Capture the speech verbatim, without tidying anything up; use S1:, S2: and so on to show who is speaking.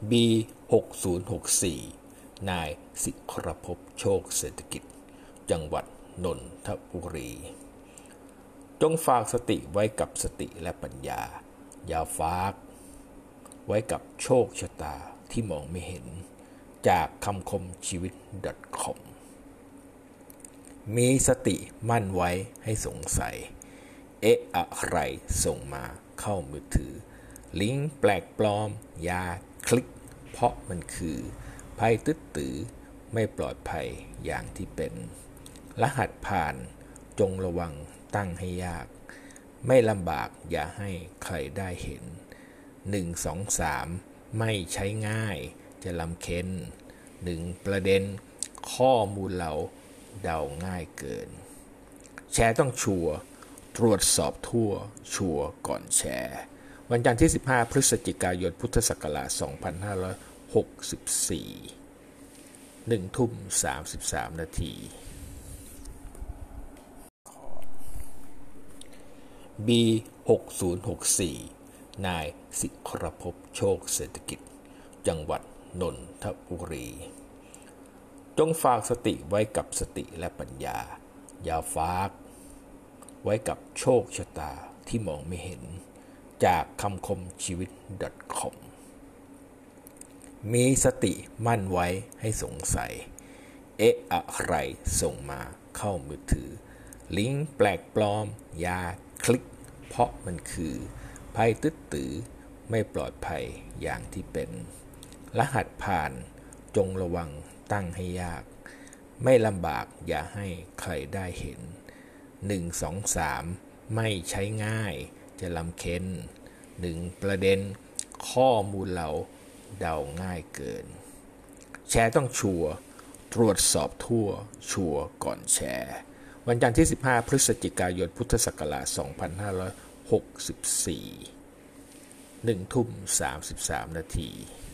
S1: บี หกศูนย์หกสี่ นายศิรภพโชคเศรษฐกิจจังหวัดนนทบุรีจงฝากสติไว้กับสติและปัญญาอย่าฝากไว้กับโชคชะตาที่มองไม่เห็นจากคำคมชีวิต .com มีสติมั่นไว้ให้สงสัยเอ๊ะอะไรส่งมาเข้ามือถือลิงก์แปลกปลอมอย่าคลิกเพราะมันคือภัยตึ๊ดตือไม่ปลอดภัยอย่างที่เป็นรหัสผ่านจงระวังตั้งให้ยากไม่ลำบากอย่าให้ใครได้เห็นหนึ่ง สอง สามไม่ใช้ง่ายจะลำเค็นหนึ่งประเด็นข้อมูลเราเดาง่ายเกินแชร์ต้องชัวร์ตรวจสอบทั่วชัวร์ก่อนแชร์วันจันทร์ที่สิบห้าพฤศจิกายนพุทธศักราชสองพันห้าร้อยหกสิบสี่ หนึ่งทุ่มสามสิบสามนาที บี หกศูนย์หกสี่ นายศิรภพโชคเศรษฐกิจจังหวัดนนทบุรีจงฝากสติไว้กับสติและปัญญาอย่าฝากไว้กับโชคชะตาที่มองไม่เห็นจากคำคมชีวิต .com มีสติมั่นไว้ให้สงสัยเอ๊ะอะไรส่งมาเข้ามือถือลิงก์แปลกปลอมอย่าคลิกเพราะมันคือภัยตึ๊ดตือไม่ปลอดภัยอย่างที่เป็นรหัสผ่านจงระวังตั้งให้ยากไม่ลำบากอย่าให้ใครได้เห็นหนึ่ง สอง สามไม่ใช้ง่ายจะลำเค็นหนึ่งประเด็นข้อมูลเราเดาง่ายเกินแชร์ต้องชัวร์ตรวจสอบทั่วชัวร์ก่อนแชร์วันจันทร์ที่สิบห้าพฤศจิกายนพุทธศักราชสองพันห้าร้อยหกสิบสี่ หนึ่งทุ่มสามสิบสามนาที